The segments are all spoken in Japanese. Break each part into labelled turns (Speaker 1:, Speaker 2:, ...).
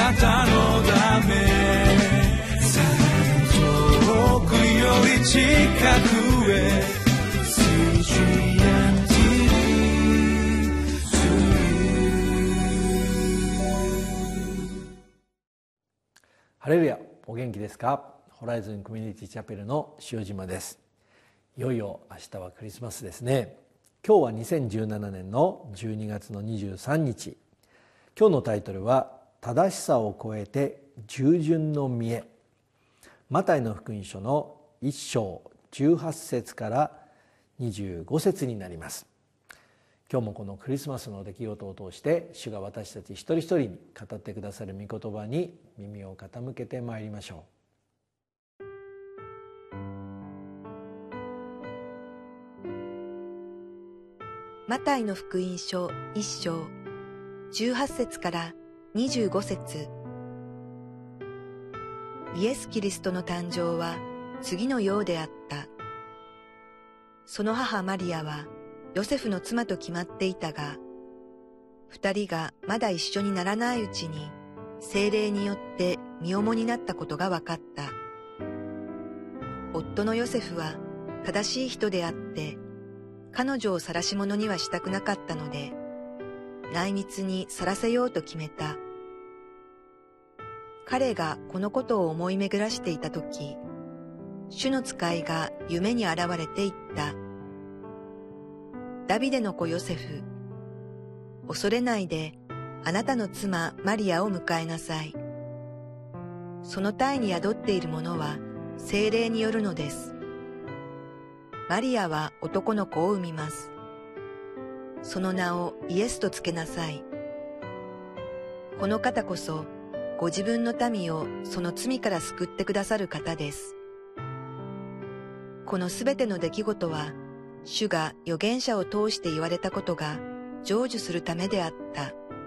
Speaker 1: なたのため遠くより近くへ
Speaker 2: ハレルヤ、お元気ですか？ホライズンコミュニティチャペルの塩島です。いよいよ明日はクリスマスですね。今日は2017年の12月の23日。今日のタイトルは正しさを超えて従順の見栄。マタイの福音書の1章18節から25節になります。今日もこのクリスマスの出来事を通して主が私たち一人一人に語ってくださる御言葉に耳を傾けてまいりましょう。
Speaker 3: マタイの福音書1章18節から25節。イエス・キリストの誕生は次のようであった。その母マリアはヨセフの妻と決まっていたが、二人がまだ一緒にならないうちに聖霊によって身重になったことが分かった。夫のヨセフは正しい人であって、彼女を晒し者にはしたくなかったので、内密にさらせようと決めた。彼がこのことを思い巡らしていたとき、主の使いが夢に現れて言った。ダビデの子ヨセフ、恐れないであなたの妻マリアを迎えなさい。その胎に宿っているものは聖霊によるのです。マリアは男の子を産みます。その名をイエスとつけなさい。この方こそご自分の民をその罪から救ってくださる方です。このすべての出来事は主が預言者を通して言われたことが成就するためであった。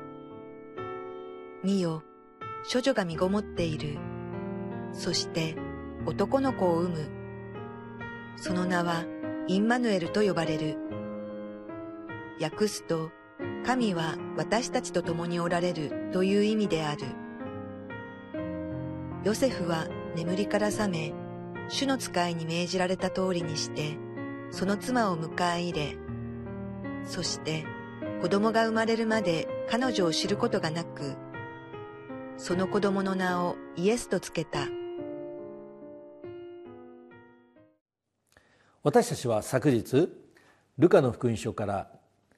Speaker 3: 見よ、処女が身ごもっている。そして男の子を産む。その名はインマヌエルと呼ばれる。訳すと、神は私たちと共におられるという意味である。ヨセフは眠りから覚め、主の使いに命じられた通りにして、その妻を迎え入れ、そして子供が生まれるまで彼女を知ることがなく、その子供の名をイエスとつけた。
Speaker 2: 私たちは昨日ルカの福音書から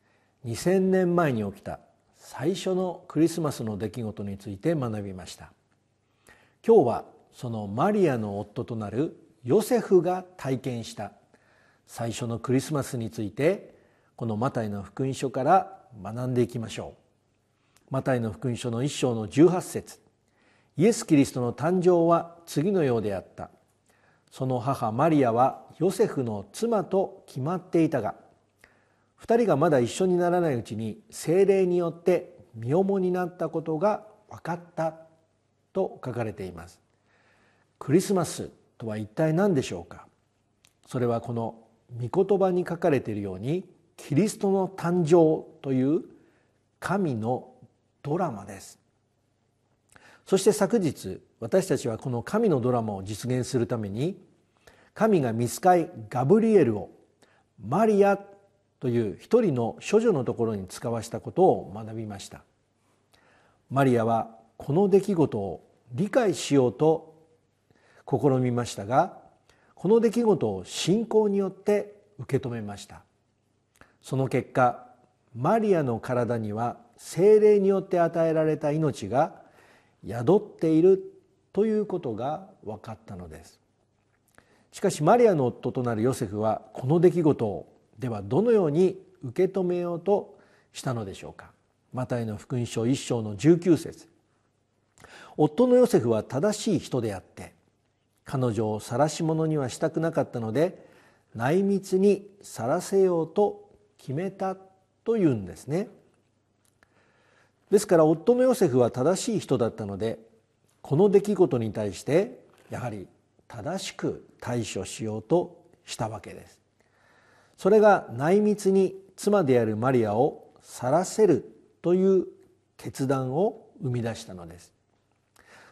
Speaker 2: 2000年前に起きた最初のクリスマスの出来事について学びました。今日はそのマリアの夫となるヨセフが体験した最初のクリスマスについて、このマタイの福音書から学んでいきましょう。マタイの福音書の1章の18節。イエス・キリストの誕生は次のようであった。その母マリアはヨセフの妻と決まっていたが、二人がまだ一緒にならないうちに聖霊によって身重になったことが分かったと書かれています。クリスマスとは一体何でしょうか。それはこの御言葉に書かれているように、キリストの誕生という神のドラマです。そして昨日私たちはこの神のドラマを実現するために、神が御使いガブリエルをマリアという一人の処女のところに使わしたことを学びました。マリアはこの出来事を理解しようと試みましたが、この出来事を信仰によって受け止めました。その結果、マリアの体には聖霊によって与えられた命が宿っているということが分かったのです。しかしマリアの夫となるヨセフはこの出来事をではどのように受け止めようとしたのでしょうか。マタイの福音書1章の19節。夫のヨセフは正しい人であって、彼女を晒し者にはしたくなかったので、内密にさらせようと決めたというんですね。ですから夫のヨセフは正しい人だったので、この出来事に対してやはり正しく対処しようとしたわけです。それが内密に妻であるマリアを去らせるという決断を生み出したのです。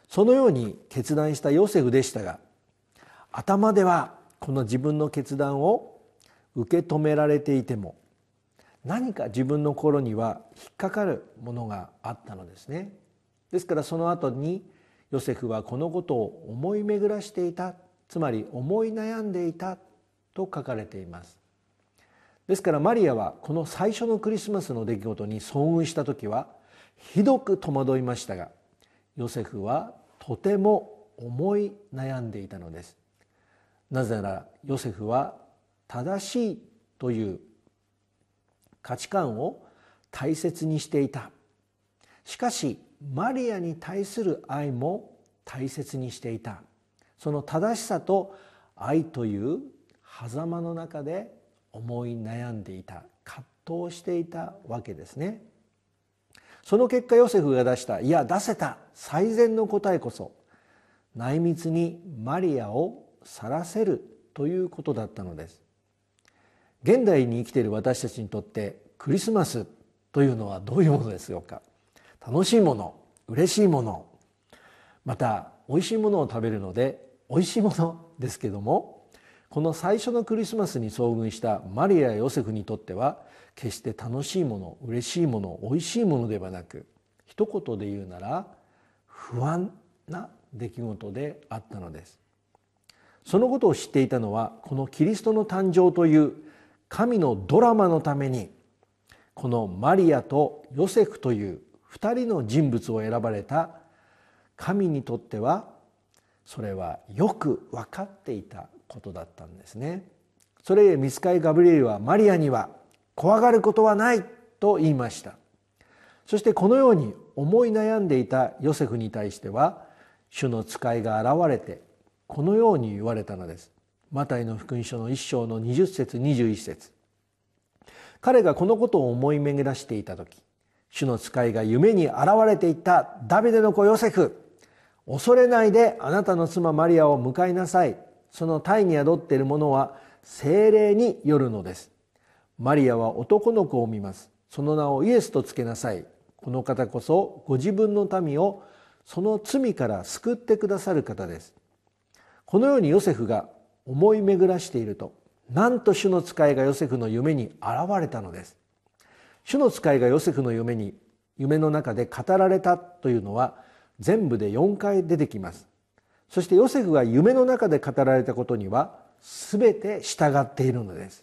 Speaker 2: そのように決断したヨセフでしたが、頭ではこの自分の決断を受け止められていても、何か自分の心には引っかかるものがあったのですね。ですからその後にヨセフはこのことを思い巡らしていた、つまり思い悩んでいたと書かれています。ですからマリアはこの最初のクリスマスの出来事に遭遇した時はひどく戸惑いましたが、ヨセフはとても思い悩んでいたのです。なぜならヨセフは正しいという価値観を大切にしていた。しかしマリアに対する愛も大切にしていた。その正しさと愛という狭間の中で思い悩んでいた、葛藤していたわけですね。その結果ヨセフが出した、いや出せた最善の答えこそ、内密にマリアを去らせるということだったのです。現代に生きている私たちにとってクリスマスというのはどういうものでしょうか。楽しいもの、嬉しいもの、また美味しいものを食べるので美味しいものですけども、この最初のクリスマスに遭遇したマリアやヨセフにとっては決して楽しいもの、嬉しいもの、美味しいものではなく、一言で言うなら不安な出来事であったのです。そのことを知っていたのは、このキリストの誕生という神のドラマのために、このマリアとヨセフという二人の人物を選ばれた神にとっては、それはよく分かっていたことだったんですね。それゆえ御使いガブリエルはマリアには怖がることはないと言いました。そしてこのように思い悩んでいたヨセフに対しては、主の使いが現れてこのように言われたのです。マタイの福音書の1章の20節21節。彼がこのことを思い巡らしていた時、主の使いが夢に現れていった。ダビデの子ヨセフ、恐れないであなたの妻マリアを迎えなさい。その胎に宿っているものは聖霊によるのです。マリアは男の子を産みます。その名をイエスとつけなさい。この方こそご自分の民をその罪から救ってくださる方です。このようにヨセフが思い巡らしていると、なんと主の使いがヨセフの夢に現れたのです。主の使いがヨセフの夢の中で語られたというのは全部で4回出てきます。そしてヨセフが夢の中で語られたことには全て従っているのです。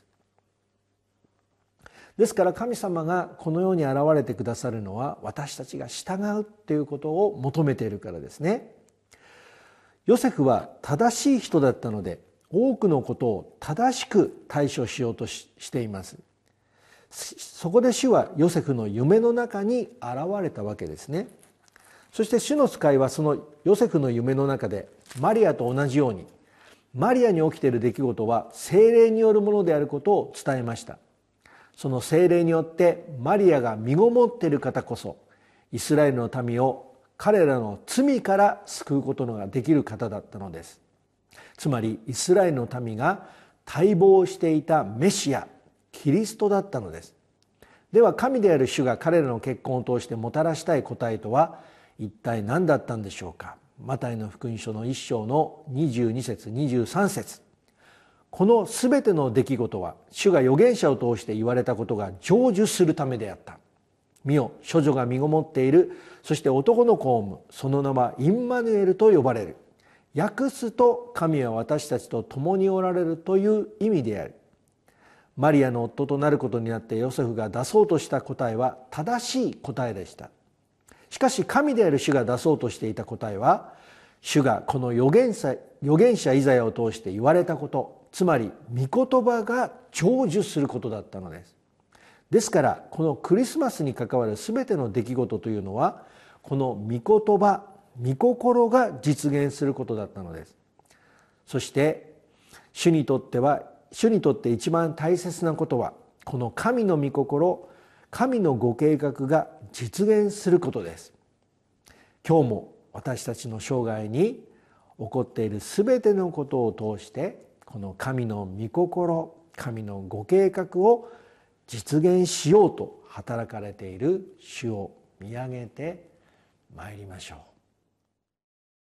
Speaker 2: ですから神様がこのように現れてくださるのは、私たちが従うということを求めているからですね。ヨセフは正しい人だったので、多くのことを正しく対処しようとしています。そこで主はヨセフの夢の中に現れたわけですね。そして主の使いはそのヨセフの夢の中でマリアと同じように、マリアに起きている出来事は聖霊によるものであることを伝えました。その聖霊によってマリアが身ごもっている方こそ、イスラエルの民を彼らの罪から救うことができる方だったのです。つまりイスラエルの民が待望していたメシア、キリストだったのです。では神である主が彼らの結婚を通してもたらしたい答えとは一体何だったんでしょうか。マタイの福音書の1章の22節23節。このすべての出来事は主が預言者を通して言われたことが成就するためであった。見よ、処女が身ごもっている。そして男の子を産む。その名はインマヌエルと呼ばれる。訳すと神は私たちと共におられるという意味である。マリアの夫となることになってヨセフが出そうとした答えは正しい答えでした。しかし神である主が出そうとしていた答えは、主がこの預言者イザヤを通して言われたこと、つまり御言葉が成就することだったのです。ですからこのクリスマスに関わるすべての出来事というのは、この御言葉、御心が実現することだったのです。そして主にとって一番大切なことは、この神の御心、神のご計画が実現することです。今日も私たちの生涯に起こっているすべてのことを通して、この神の御心、神のご計画を実現しようと働かれている主を見上げてまいりましょう。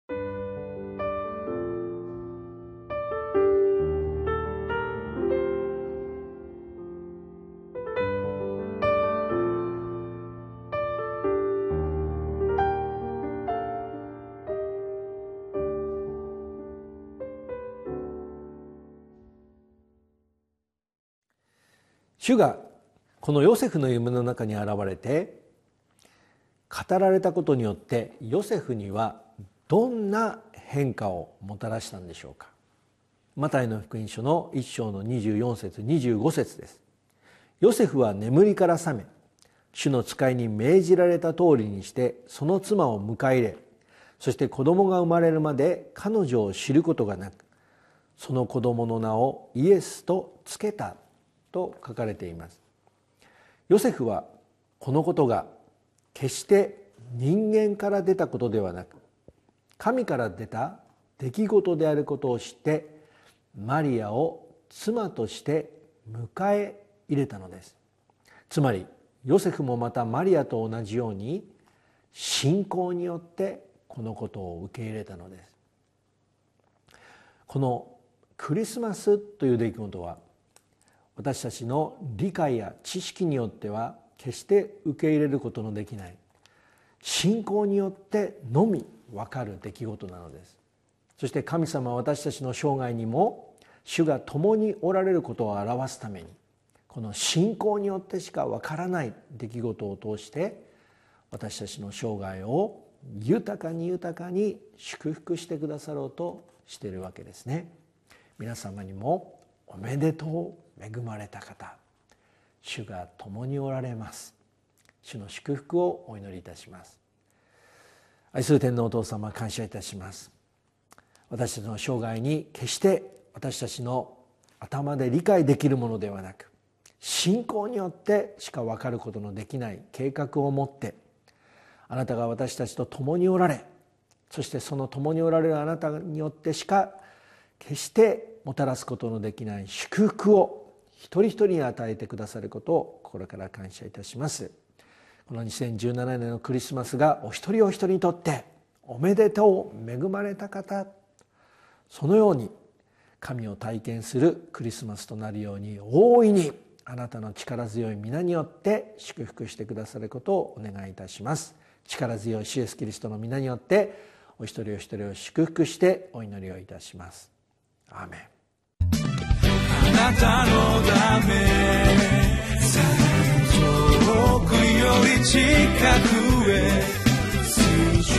Speaker 2: 主がこのヨセフの夢の中に現れて語られたことによってヨセフにはどんな変化をもたらしたんでしょうか。マタイの福音書の1章の24節25節です。ヨセフは眠りから覚め、主の使いに命じられた通りにしてその妻を迎え入れ、そして子供が生まれるまで彼女を知ることがなく、その子供の名をイエスとつけたと書かれています。ヨセフはこのことが決して人間から出たことではなく、神から出た出来事であることを知ってマリアを妻として迎え入れたのです。つまりヨセフもまたマリアと同じように信仰によってこのことを受け入れたのです。このクリスマスという出来事は私たちの理解や知識によっては決して受け入れることのできない信仰によってのみ分かる出来事なのです。そして神様は私たちの生涯にも主が共におられることを表すために、この信仰によってしか分からない出来事を通して私たちの生涯を豊かに豊かに祝福してくださろうとしているわけですね。皆様にもおめでとう、恵まれた方、主が共におられます。主の祝福をお祈りいたします。愛する天皇お父様、感謝いたします。私たちの生涯に決して私たちの頭で理解できるものではなく、信仰によってしか分かることのできない計画を持ってあなたが私たちと共におられ、そしてその共におられるあなたによってしか決してもたらすことのできない祝福を一人一人に与えてくださることを心から感謝いたします。この2017年のクリスマスがお一人お一人にとっておめでとう、恵まれた方、そのように神を体験するクリスマスとなるように、大いにあなたの力強い皆によって祝福してくださることをお願いいたします。力強い主イエスキリストの皆によってお一人お一人を祝福してお祈りをいたします。アーメン。
Speaker 1: あなたのため遠くより近くへ